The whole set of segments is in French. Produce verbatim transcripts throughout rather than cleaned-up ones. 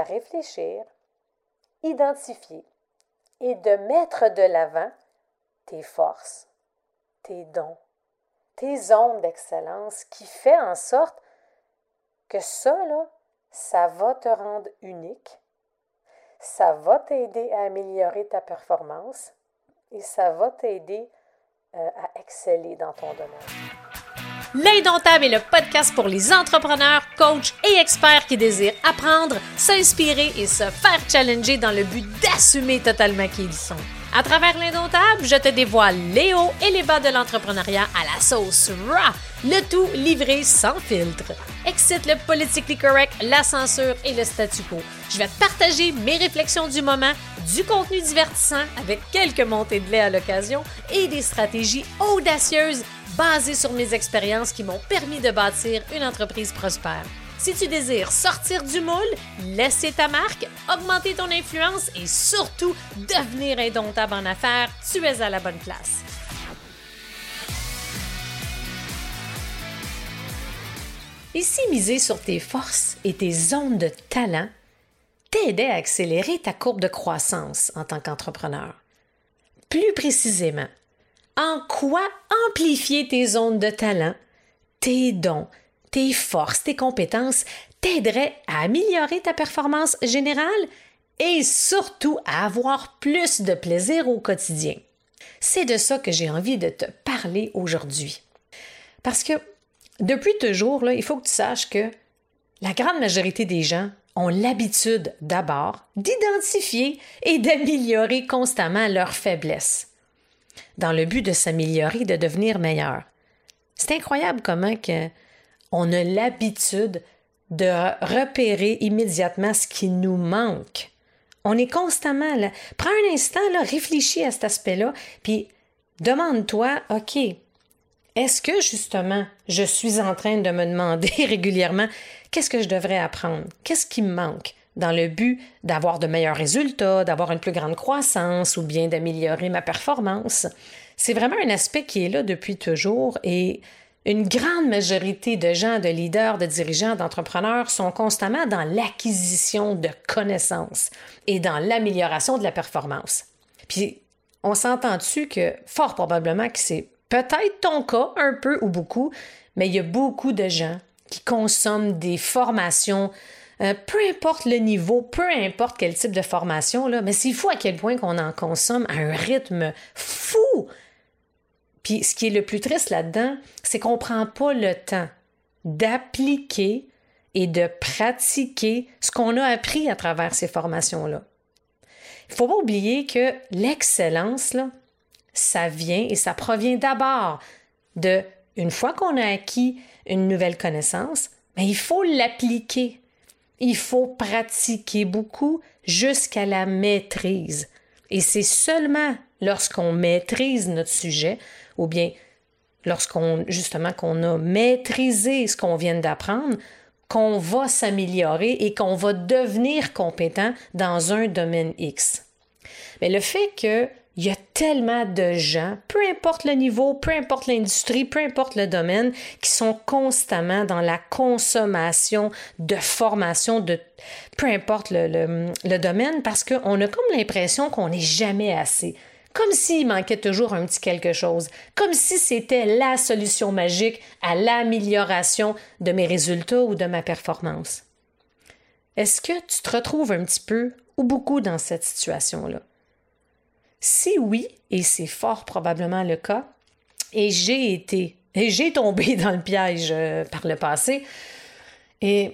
réfléchir, identifier et de mettre de l'avant tes forces, tes dons, tes zones d'excellence qui fait en sorte que ça, là, ça va te rendre unique, ça va t'aider à améliorer ta performance et ça va t'aider euh, à exceller dans ton domaine. L'Indomptable est le podcast pour les entrepreneurs, coachs et experts qui désirent apprendre, s'inspirer et se faire challenger dans le but d'assumer totalement qui ils sont. À travers l'Indomptable, je te dévoile les hauts et les bas de l'entrepreneuriat à la sauce raw, le tout livré sans filtre. Excite le politically correct, la censure et le statu quo. Je vais te partager mes réflexions du moment, du contenu divertissant avec quelques montées de lait à l'occasion et des stratégies audacieuses basées sur mes expériences qui m'ont permis de bâtir une entreprise prospère. Si tu désires sortir du moule, laisser ta marque, augmenter ton influence et surtout devenir indomptable en affaires, tu es à la bonne place. Ici, miser sur tes forces et tes zones de talent t'aidait à accélérer ta courbe de croissance en tant qu'entrepreneur. Plus précisément, en quoi amplifier tes zones de talent, tes dons, tes forces, tes compétences t'aideraient à améliorer ta performance générale et surtout à avoir plus de plaisir au quotidien. C'est de ça que j'ai envie de te parler aujourd'hui. Parce que depuis toujours, là, il faut que tu saches que la grande majorité des gens ont l'habitude d'abord d'identifier et d'améliorer constamment leurs faiblesses dans le but de s'améliorer et de devenir meilleur. C'est incroyable comment que on a l'habitude de repérer immédiatement ce qui nous manque. On est constamment là. Prends un instant, là, réfléchis à cet aspect-là, puis demande-toi, OK, est-ce que justement, je suis en train de me demander régulièrement qu'est-ce que je devrais apprendre? Qu'est-ce qui me manque dans le but d'avoir de meilleurs résultats, d'avoir une plus grande croissance ou bien d'améliorer ma performance? C'est vraiment un aspect qui est là depuis toujours et une grande majorité de gens, de leaders, de dirigeants, d'entrepreneurs sont constamment dans l'acquisition de connaissances et dans l'amélioration de la performance. Puis, on s'entend dessus que fort probablement que c'est peut-être ton cas, un peu ou beaucoup, mais il y a beaucoup de gens qui consomment des formations, euh, peu importe le niveau, peu importe quel type de formation, là, mais c'est fou à quel point qu'on en consomme à un rythme fou. Puis ce qui est le plus triste là-dedans, c'est qu'on ne prend pas le temps d'appliquer et de pratiquer ce qu'on a appris à travers ces formations-là. Il ne faut pas oublier que l'excellence, là, ça vient et ça provient d'abord de, une fois qu'on a acquis une nouvelle connaissance, bien, il faut l'appliquer. Il faut pratiquer beaucoup jusqu'à la maîtrise. Et c'est seulement lorsqu'on maîtrise notre sujet, ou bien lorsqu'on, justement, qu'on a maîtrisé ce qu'on vient d'apprendre, qu'on va s'améliorer et qu'on va devenir compétent dans un domaine X. Mais le fait que il y a tellement de gens, peu importe le niveau, peu importe l'industrie, peu importe le domaine, qui sont constamment dans la consommation de formation, de peu importe le, le, le domaine, parce qu'on a comme l'impression qu'on n'est jamais assez. Comme s'il manquait toujours un petit quelque chose. Comme si c'était la solution magique à l'amélioration de mes résultats ou de ma performance. Est-ce que tu te retrouves un petit peu ou beaucoup dans cette situation-là? Si oui, et c'est fort probablement le cas, et j'ai été, et j'ai tombé dans le piège euh, par le passé, et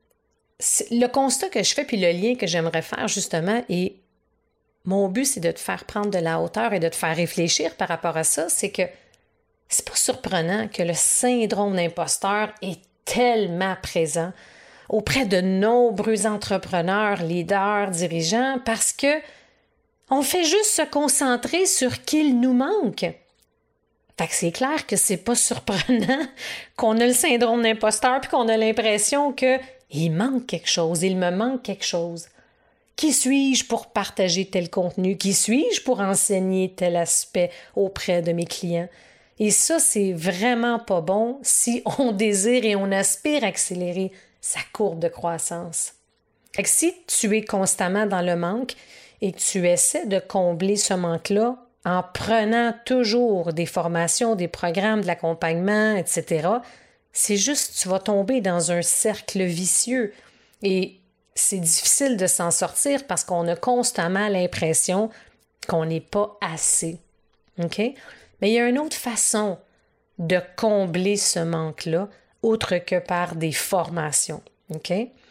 le constat que je fais, puis le lien que j'aimerais faire justement, et mon but, c'est de te faire prendre de la hauteur et de te faire réfléchir par rapport à ça, c'est que c'est pas surprenant que le syndrome d'imposteur est tellement présent auprès de nombreux entrepreneurs, leaders, dirigeants, parce que on fait juste se concentrer sur qu'il nous manque. Fait que c'est clair que c'est pas surprenant qu'on a le syndrome d'imposteur puis qu'on a l'impression que il manque quelque chose, il me manque quelque chose. Qui suis-je pour partager tel contenu? Qui suis-je pour enseigner tel aspect auprès de mes clients? Et ça, c'est vraiment pas bon si on désire et on aspire à accélérer sa courbe de croissance. Fait que si tu es constamment dans le manque et que tu essaies de combler ce manque-là en prenant toujours des formations, des programmes, de l'accompagnement, et cetera, c'est juste, tu vas tomber dans un cercle vicieux. Et c'est difficile de s'en sortir parce qu'on a constamment l'impression qu'on n'est pas assez. OK? Mais il y a une autre façon de combler ce manque-là, autre que par des formations. OK?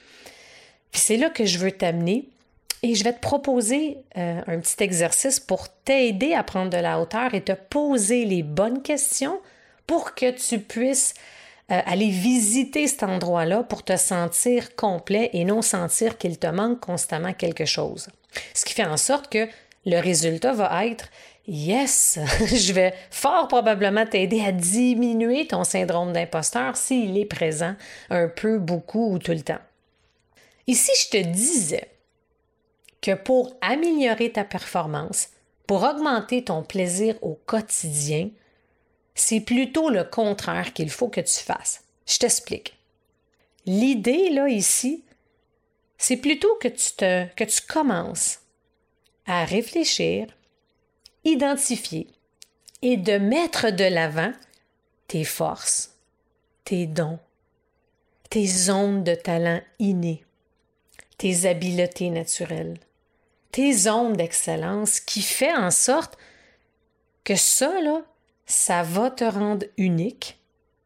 Puis c'est là que je veux t'amener et je vais te proposer euh, un petit exercice pour t'aider à prendre de la hauteur et te poser les bonnes questions pour que tu puisses euh, aller visiter cet endroit-là pour te sentir complet et non sentir qu'il te manque constamment quelque chose. Ce qui fait en sorte que le résultat va être « Yes, je vais fort probablement t'aider à diminuer ton syndrome d'imposteur s'il est présent un peu, beaucoup ou tout le temps. » Ici, je te disais que pour améliorer ta performance, pour augmenter ton plaisir au quotidien, c'est plutôt le contraire qu'il faut que tu fasses. Je t'explique. L'idée, là, ici, c'est plutôt que tu, te, que tu commences à réfléchir, identifier et de mettre de l'avant tes forces, tes dons, tes zones de talent innés, tes habiletés naturelles, tes zones d'excellence qui fait en sorte que ça, là, ça va te rendre unique,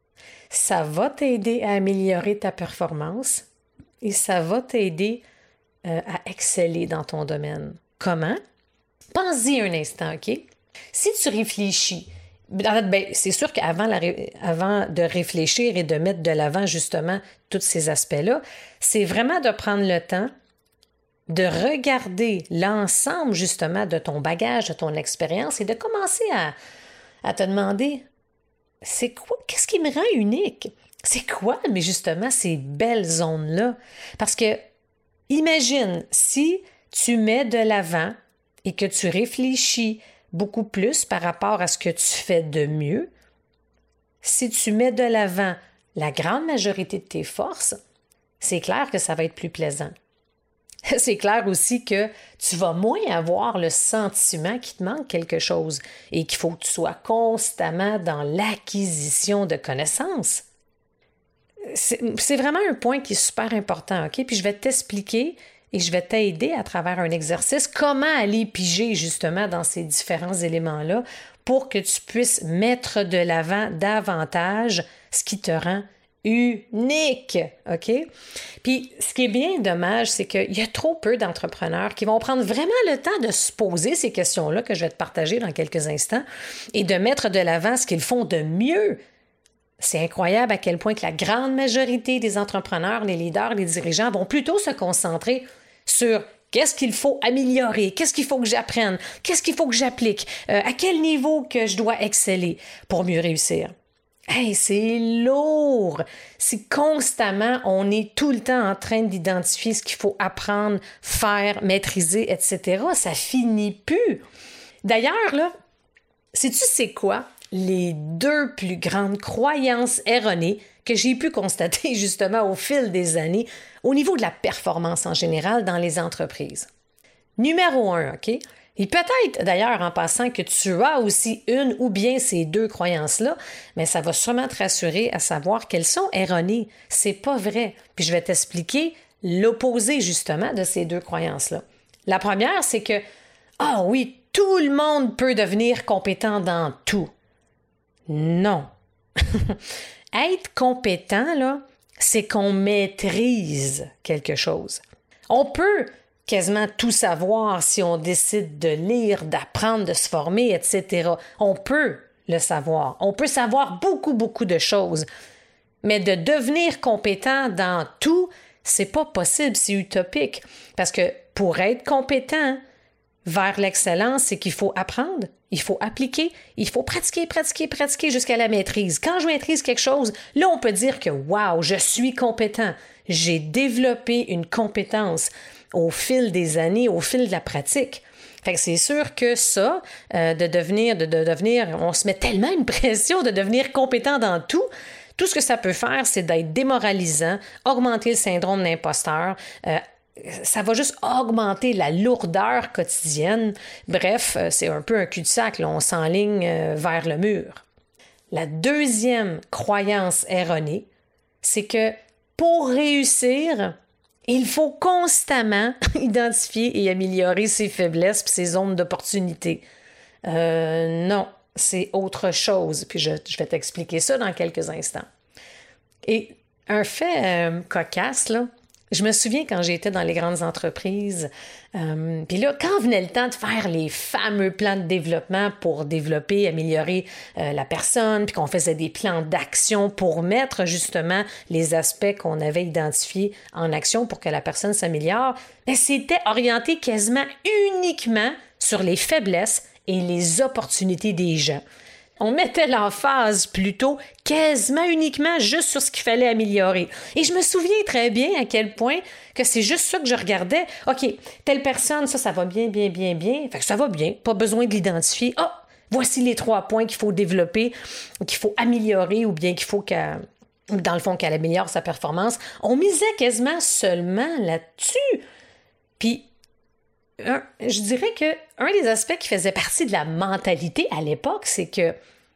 ça va t'aider à améliorer ta performance et ça va t'aider euh, à exceller dans ton domaine. Comment? Pense-y un instant, OK? Si tu réfléchis, ben, c'est sûr qu'avant la, avant de réfléchir et de mettre de l'avant justement tous ces aspects-là, c'est vraiment de prendre le temps de regarder l'ensemble justement de ton bagage, de ton expérience et de commencer à, à te demander c'est quoi, qu'est-ce qui me rend unique? C'est quoi, mais justement, ces belles zones-là? Parce que imagine si tu mets de l'avant et que tu réfléchis beaucoup plus par rapport à ce que tu fais de mieux, si tu mets de l'avant la grande majorité de tes forces, c'est clair que ça va être plus plaisant. C'est clair aussi que tu vas moins avoir le sentiment qu'il te manque quelque chose et qu'il faut que tu sois constamment dans l'acquisition de connaissances. C'est, c'est vraiment un point qui est super important, OK? Puis je vais t'expliquer et je vais t'aider à travers un exercice comment aller piger justement dans ces différents éléments-là pour que tu puisses mettre de l'avant davantage ce qui te rend unique, OK? Puis, ce qui est bien dommage, c'est qu'il y a trop peu d'entrepreneurs qui vont prendre vraiment le temps de se poser ces questions-là que je vais te partager dans quelques instants et de mettre de l'avant ce qu'ils font de mieux. C'est incroyable à quel point que la grande majorité des entrepreneurs, les leaders, les dirigeants vont plutôt se concentrer sur qu'est-ce qu'il faut améliorer, qu'est-ce qu'il faut que j'apprenne, qu'est-ce qu'il faut que j'applique, euh, à quel niveau que je dois exceller pour mieux réussir. Hey, c'est lourd! Si constamment, on est tout le temps en train d'identifier ce qu'il faut apprendre, faire, maîtriser, et cetera, ça finit plus. D'ailleurs, là, sais-tu c'est quoi les deux plus grandes croyances erronées que j'ai pu constater justement au fil des années au niveau de la performance en général dans les entreprises? Numéro un, OK? Et peut-être, d'ailleurs, en passant, que tu as aussi une ou bien ces deux croyances-là, mais ça va sûrement te rassurer à savoir qu'elles sont erronées. C'est pas vrai. Puis je vais t'expliquer l'opposé, justement, de ces deux croyances-là. La première, c'est que, ah oui, tout le monde peut devenir compétent dans tout. Non. Être compétent, là, c'est qu'on maîtrise quelque chose. On peut quasiment tout savoir si on décide de lire, d'apprendre, de se former, et cetera. On peut le savoir. On peut savoir beaucoup, beaucoup de choses. Mais de devenir compétent dans tout, c'est pas possible, c'est utopique. Parce que pour être compétent vers l'excellence, c'est qu'il faut apprendre, il faut appliquer, il faut pratiquer, pratiquer, pratiquer jusqu'à la maîtrise. Quand je maîtrise quelque chose, là, on peut dire que « wow, je suis compétent ». J'ai développé une compétence au fil des années, au fil de la pratique. Fait que c'est sûr que ça, euh, de devenir, de, de devenir, on se met tellement une pression de devenir compétent dans tout. Tout ce que ça peut faire, c'est d'être démoralisant, augmenter le syndrome d'imposteur, euh, ça va juste augmenter la lourdeur quotidienne. Bref, c'est un peu un cul-de-sac, là, on s'enligne vers le mur. La deuxième croyance erronée, c'est que pour réussir, il faut constamment identifier et améliorer ses faiblesses et ses zones d'opportunité. Euh, non, c'est autre chose. Puis je, je vais t'expliquer ça dans quelques instants. Et un fait euh, cocasse, là, je me souviens quand j'étais dans les grandes entreprises, euh, puis là, quand venait le temps de faire les fameux plans de développement pour développer, améliorer euh, la personne, puis qu'on faisait des plans d'action pour mettre justement les aspects qu'on avait identifiés en action pour que la personne s'améliore, bien, c'était orienté quasiment uniquement sur les faiblesses et les opportunités des gens. On mettait l'emphase plutôt quasiment uniquement juste sur ce qu'il fallait améliorer. Et je me souviens très bien à quel point que c'est juste ça que je regardais. OK, telle personne, ça, ça va bien, bien, bien, bien. Fait que ça va bien, pas besoin de l'identifier. Ah, voici les trois points qu'il faut développer, qu'il faut améliorer ou bien qu'il faut qu'elle, dans le fond, qu'elle améliore sa performance. On misait quasiment seulement là-dessus. Puis, Un, je dirais que un des aspects qui faisait partie de la mentalité à l'époque, c'est que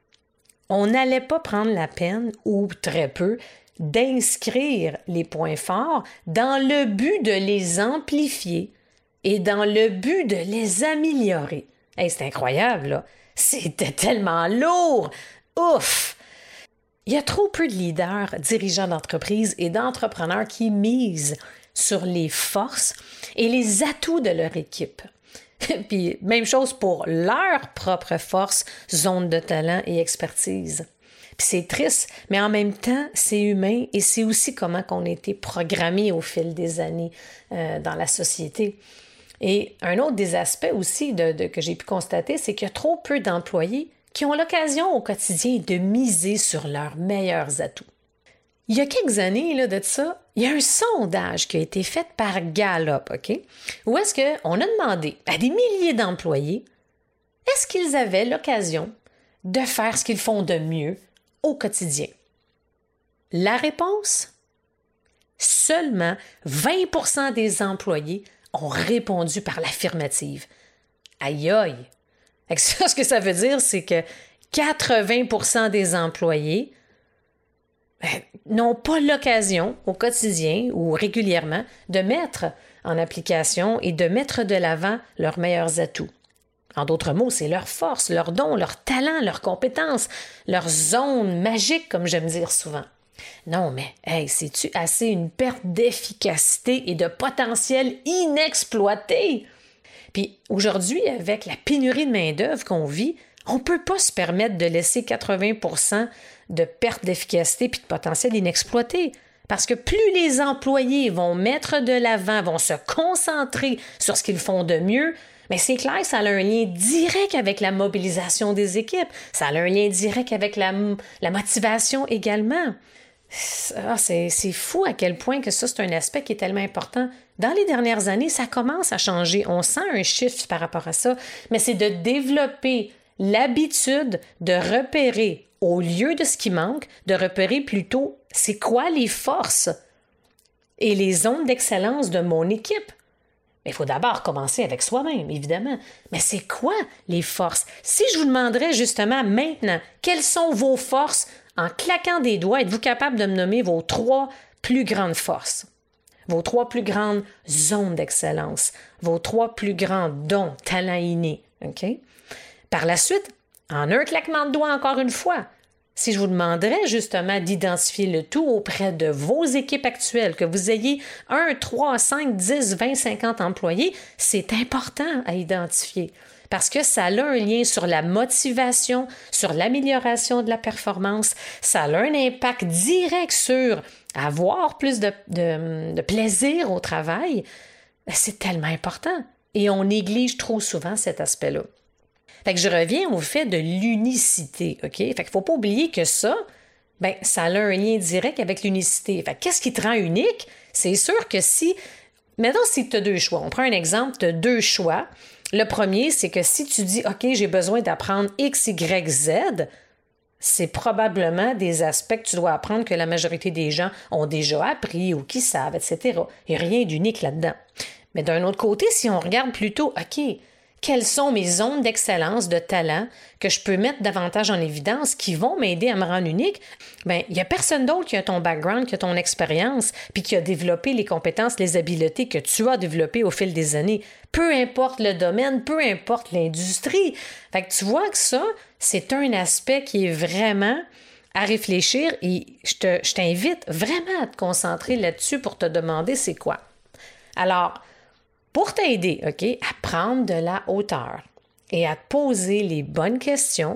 on n'allait pas prendre la peine, ou très peu, d'inscrire les points forts dans le but de les amplifier et dans le but de les améliorer. Hey, c'est incroyable, là. C'était tellement lourd! Ouf! Il y a trop peu de leaders, dirigeants d'entreprise et d'entrepreneurs qui misent sur les forces et les atouts de leur équipe. Puis même chose pour leurs propres forces, zones de talent et expertise. Puis c'est triste, mais en même temps, c'est humain et c'est aussi comment on a été programmé au fil des années euh, dans la société. Et un autre des aspects aussi de, de, que j'ai pu constater, c'est qu'il y a trop peu d'employés qui ont l'occasion au quotidien de miser sur leurs meilleurs atouts. Il y a quelques années là, de ça, il y a un sondage qui a été fait par Gallup, OK? Où est-ce qu'on a demandé à des milliers d'employés est-ce qu'ils avaient l'occasion de faire ce qu'ils font de mieux au quotidien? La réponse? Seulement vingt pour cent des employés ont répondu par l'affirmative. Aïe aïe! Ce que ça veut dire, c'est que quatre-vingts pour cent des employés n'ont pas l'occasion au quotidien ou régulièrement de mettre en application et de mettre de l'avant leurs meilleurs atouts. En d'autres mots, c'est leur force, leurs dons, leurs talents, leurs compétences, leur zone magique, comme j'aime dire souvent. Non, mais, hey, c'est-tu assez une perte d'efficacité et de potentiel inexploité? Puis aujourd'hui, avec la pénurie de main-d'œuvre qu'on vit, on ne peut pas se permettre de laisser quatre-vingts pour cent de perte d'efficacité puis de potentiel inexploité. Parce que plus les employés vont mettre de l'avant, vont se concentrer sur ce qu'ils font de mieux, mais c'est clair que ça a un lien direct avec la mobilisation des équipes. Ça a un lien direct avec la, la motivation également. Ah, c'est, c'est fou à quel point que ça, c'est un aspect qui est tellement important. Dans les dernières années, ça commence à changer. On sent un shift par rapport à ça, mais c'est de développer l'habitude de repérer, au lieu de ce qui manque, de repérer plutôt c'est quoi les forces et les zones d'excellence de mon équipe. Mais il faut d'abord commencer avec soi-même, évidemment. Mais c'est quoi les forces? Si je vous demanderais justement maintenant, quelles sont vos forces? En claquant des doigts, êtes-vous capable de me nommer vos trois plus grandes forces? Vos trois plus grandes zones d'excellence? Vos trois plus grands dons, talents innés? OK? Par la suite, en un claquement de doigts encore une fois, si je vous demanderais justement d'identifier le tout auprès de vos équipes actuelles, que vous ayez un, trois, cinq, dix, vingt, cinquante employés, c'est important à identifier parce que ça a un lien sur la motivation, sur l'amélioration de la performance, ça a un impact direct sur avoir plus de, de, de plaisir au travail. C'est tellement important et on néglige trop souvent cet aspect-là. Fait que je reviens au fait de l'unicité, OK? Fait qu'il ne faut pas oublier que ça, ben, ça a un lien direct avec l'unicité. Fait que qu'est-ce qui te rend unique? C'est sûr que si, maintenant, si tu as deux choix, on prend un exemple, tu as deux choix. Le premier, c'est que si tu dis, OK, j'ai besoin d'apprendre X, Y, Z, c'est probablement des aspects que tu dois apprendre que la majorité des gens ont déjà appris ou qui savent, et cetera. Il n'y a rien d'unique là-dedans. Mais d'un autre côté, si on regarde plutôt, OK, quelles sont mes zones d'excellence, de talent que je peux mettre davantage en évidence qui vont m'aider à me rendre unique? Bien, il n'y a personne d'autre qui a ton background, qui a ton expérience, puis qui a développé les compétences, les habiletés que tu as développées au fil des années. Peu importe le domaine, peu importe l'industrie. Fait que tu vois que ça, c'est un aspect qui est vraiment à réfléchir et je, te, je t'invite vraiment à te concentrer là-dessus pour te demander c'est quoi. Alors, pour t'aider, OK, à prendre de la hauteur et à te poser les bonnes questions,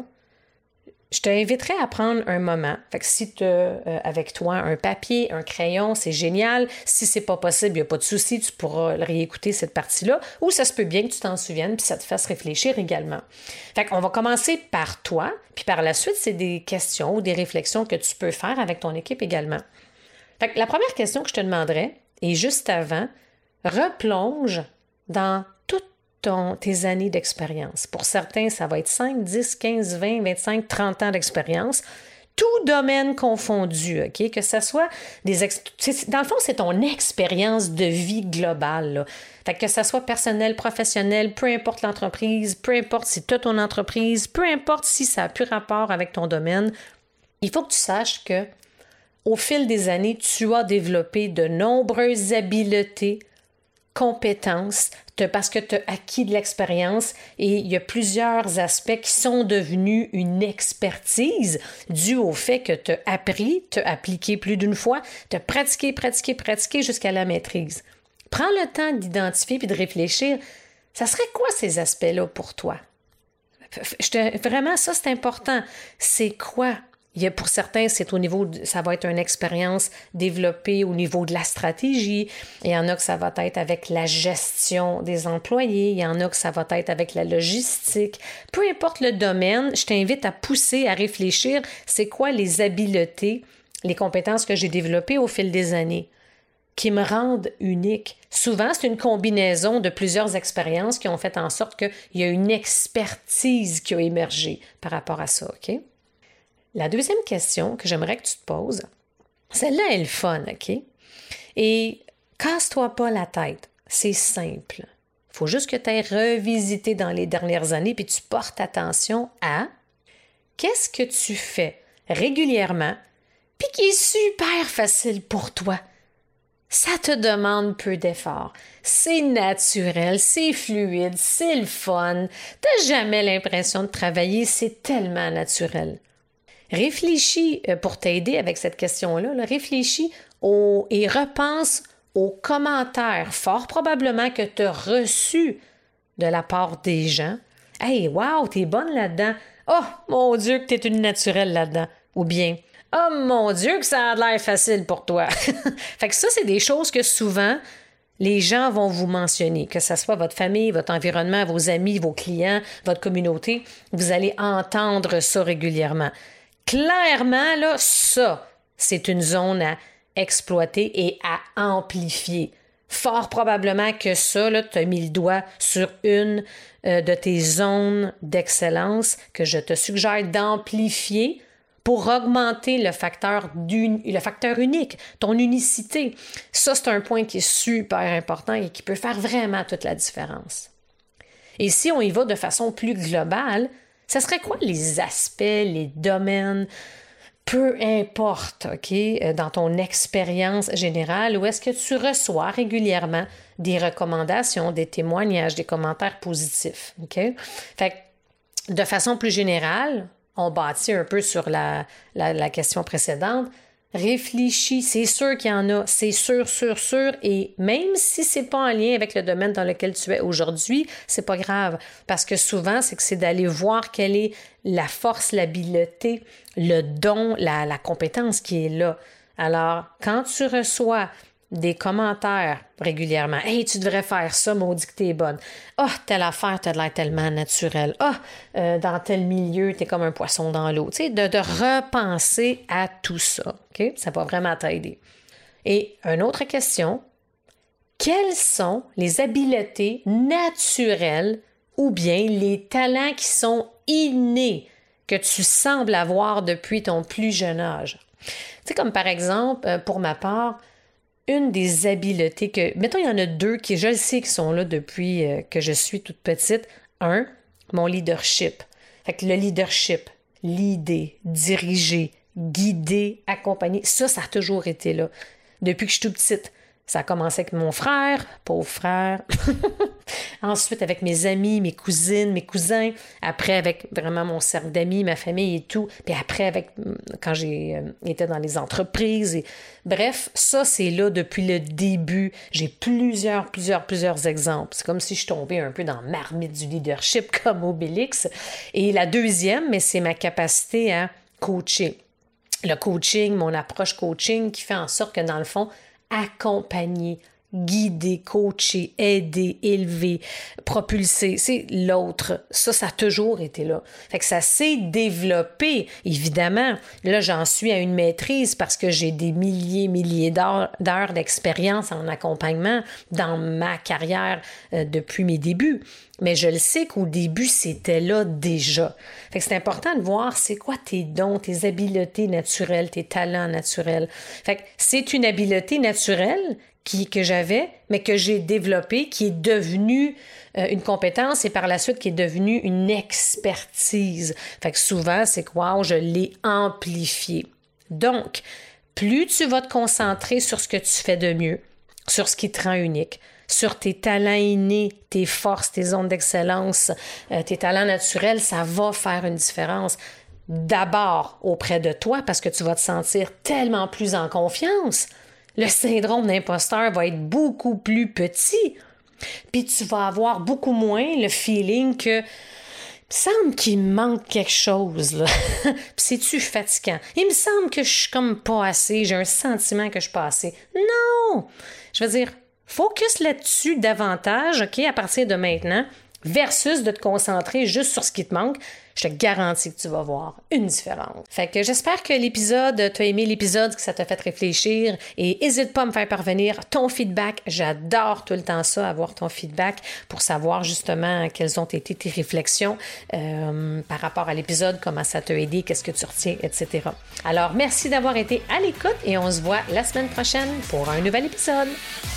je t'inviterai à prendre un moment. Fait que si tu as euh, avec toi un papier, un crayon, c'est génial. Si c'est pas possible, il n'y a pas de souci, tu pourras réécouter cette partie-là. Ou ça se peut bien que tu t'en souviennes puis ça te fasse réfléchir également. Fait qu'on va commencer par toi, puis par la suite, c'est des questions ou des réflexions que tu peux faire avec ton équipe également. Fait que la première question que je te demanderais, et juste avant, replonge dans toutes ton, tes années d'expérience. Pour certains, ça va être cinq, dix, quinze, vingt, vingt-cinq, trente ans d'expérience. Tout domaine confondu, OK? Que ce soit des... Ex... Dans le fond, c'est ton expérience de vie globale, là. Fait que ce soit personnel, professionnel, peu importe l'entreprise, peu importe si tu as ton entreprise, peu importe si ça n'a plus rapport avec ton domaine, il faut que tu saches que au fil des années, tu as développé de nombreuses habiletés, compétences, parce que tu as acquis de l'expérience et il y a plusieurs aspects qui sont devenus une expertise due au fait que tu as appris, tu as appliqué plus d'une fois, tu as pratiqué, pratiqué, pratiqué jusqu'à la maîtrise. Prends le temps d'identifier et de réfléchir, ça serait quoi ces aspects-là pour toi? Je te, vraiment, ça c'est important. C'est quoi? Il y a, pour certains, c'est au niveau, de, ça va être une expérience développée au niveau de la stratégie. Il y en a que ça va être avec la gestion des employés. Il y en a que ça va être avec la logistique. Peu importe le domaine, je t'invite à pousser, à réfléchir, c'est quoi les habiletés, les compétences que j'ai développées au fil des années qui me rendent unique. Souvent, c'est une combinaison de plusieurs expériences qui ont fait en sorte qu'il y a une expertise qui a émergé par rapport à ça, OK? La deuxième question que j'aimerais que tu te poses, celle-là est le fun, OK? Et casse-toi pas la tête, c'est simple. Il faut juste que tu aies revisité dans les dernières années puis tu portes attention à qu'est-ce que tu fais régulièrement puis qui est super facile pour toi. Ça te demande peu d'effort. C'est naturel, c'est fluide, c'est le fun. Tu n'as jamais l'impression de travailler, c'est tellement naturel. Réfléchis, pour t'aider avec cette question-là, là, réfléchis au, et repense aux commentaires, fort probablement que tu as reçus de la part des gens. « Hey, wow, t'es bonne là-dedans. Oh, mon Dieu, que t'es une naturelle là-dedans. » Ou bien « Oh, mon Dieu, que ça a l'air facile pour toi. » Fait que ça, c'est des choses que souvent, les gens vont vous mentionner, que ce soit votre famille, votre environnement, vos amis, vos clients, votre communauté. Vous allez entendre ça régulièrement. Clairement, là, ça, c'est une zone à exploiter et à amplifier. Fort probablement que ça, là, tu as mis le doigt sur une euh, de tes zones d'excellence que je te suggère d'amplifier pour augmenter le facteur, le facteur unique, ton unicité. Ça, c'est un point qui est super important et qui peut faire vraiment toute la différence. Et si on y va de façon plus globale, ce serait quoi les aspects, les domaines, peu importe, OK, dans ton expérience générale, où est-ce que tu reçois régulièrement des recommandations, des témoignages, des commentaires positifs, OK? Fait que, de façon plus générale, on bâtit un peu sur la, la, la question précédente. Réfléchis, c'est sûr qu'il y en a, c'est sûr, sûr, sûr, et même si c'est pas en lien avec le domaine dans lequel tu es aujourd'hui, c'est pas grave, parce que souvent, c'est que c'est d'aller voir quelle est la force, l'habileté, le don, la, la compétence qui est là. Alors, quand tu reçois des commentaires régulièrement, « Hey, tu devrais faire ça, maudit que t'es bonne. Ah, oh, telle affaire, t'as l'air tellement naturel. Ah, oh, euh, dans tel milieu, t'es comme un poisson dans l'eau. » Tu sais, de, de repenser à tout ça, OK? Ça va vraiment t'aider. Et une autre question, quelles sont les habiletés naturelles ou bien les talents qui sont innés que tu sembles avoir depuis ton plus jeune âge. Tu sais, comme par exemple, pour ma part, une des habiletés que... Mettons, il y en a deux qui, je le sais, qui sont là depuis euh, que je suis toute petite. Un, mon leadership. Fait que le leadership, l'idée, diriger, guider, accompagner, ça, ça a toujours été là. Depuis que je suis toute petite. Ça a commencé avec mon frère, pauvre frère. Ensuite, avec mes amis, mes cousines, mes cousins. Après, avec vraiment mon cercle d'amis, ma famille et tout. Puis après, avec quand j'ai euh, été dans les entreprises. Et... Bref, ça, c'est là depuis le début. J'ai plusieurs, plusieurs, plusieurs exemples. C'est comme si je tombais un peu dans la marmite du leadership comme Obélix. Et la deuxième, mais c'est ma capacité à coacher. Le coaching, mon approche coaching qui fait en sorte que, dans le fond, accompagner, guider, coacher, aider, élever, propulser, c'est l'autre. Ça, ça a toujours été là. Fait que ça s'est développé, évidemment. Là, j'en suis à une maîtrise parce que j'ai des milliers, milliers d'heures, d'heures d'expérience en accompagnement dans ma carrière euh, depuis mes débuts. Mais je le sais qu'au début, c'était là déjà. Fait que c'est important de voir c'est quoi tes dons, tes habiletés naturelles, tes talents naturels. Fait que c'est une habileté naturelle qui, que j'avais, mais que j'ai développée, qui est devenue euh, une compétence et par la suite qui est devenue une expertise. Fait que souvent, c'est que wow, je l'ai amplifiée. Donc, plus tu vas te concentrer sur ce que tu fais de mieux, sur ce qui te rend unique, sur tes talents innés, tes forces, tes zones d'excellence, euh, tes talents naturels, ça va faire une différence. D'abord auprès de toi, parce que tu vas te sentir tellement plus en confiance. Le syndrome d'imposteur va être beaucoup plus petit. Puis tu vas avoir beaucoup moins le feeling que il me semble qu'il me manque quelque chose, là. Puis c'est-tu fatigant? Il me semble que je suis comme pas assez, j'ai un sentiment que je suis pas assez. Non! Je veux dire, focus là-dessus davantage, OK, à partir de maintenant, versus de te concentrer juste sur ce qui te manque. Je te garantis que tu vas voir une différence. Fait que j'espère que l'épisode, tu as aimé l'épisode, que ça t'a fait réfléchir et n'hésite pas à me faire parvenir ton feedback. J'adore tout le temps ça, avoir ton feedback pour savoir justement quelles ont été tes réflexions euh, par rapport à l'épisode, comment ça t'a aidé, qu'est-ce que tu retiens, et cetera. Alors, merci d'avoir été à l'écoute et on se voit la semaine prochaine pour un nouvel épisode.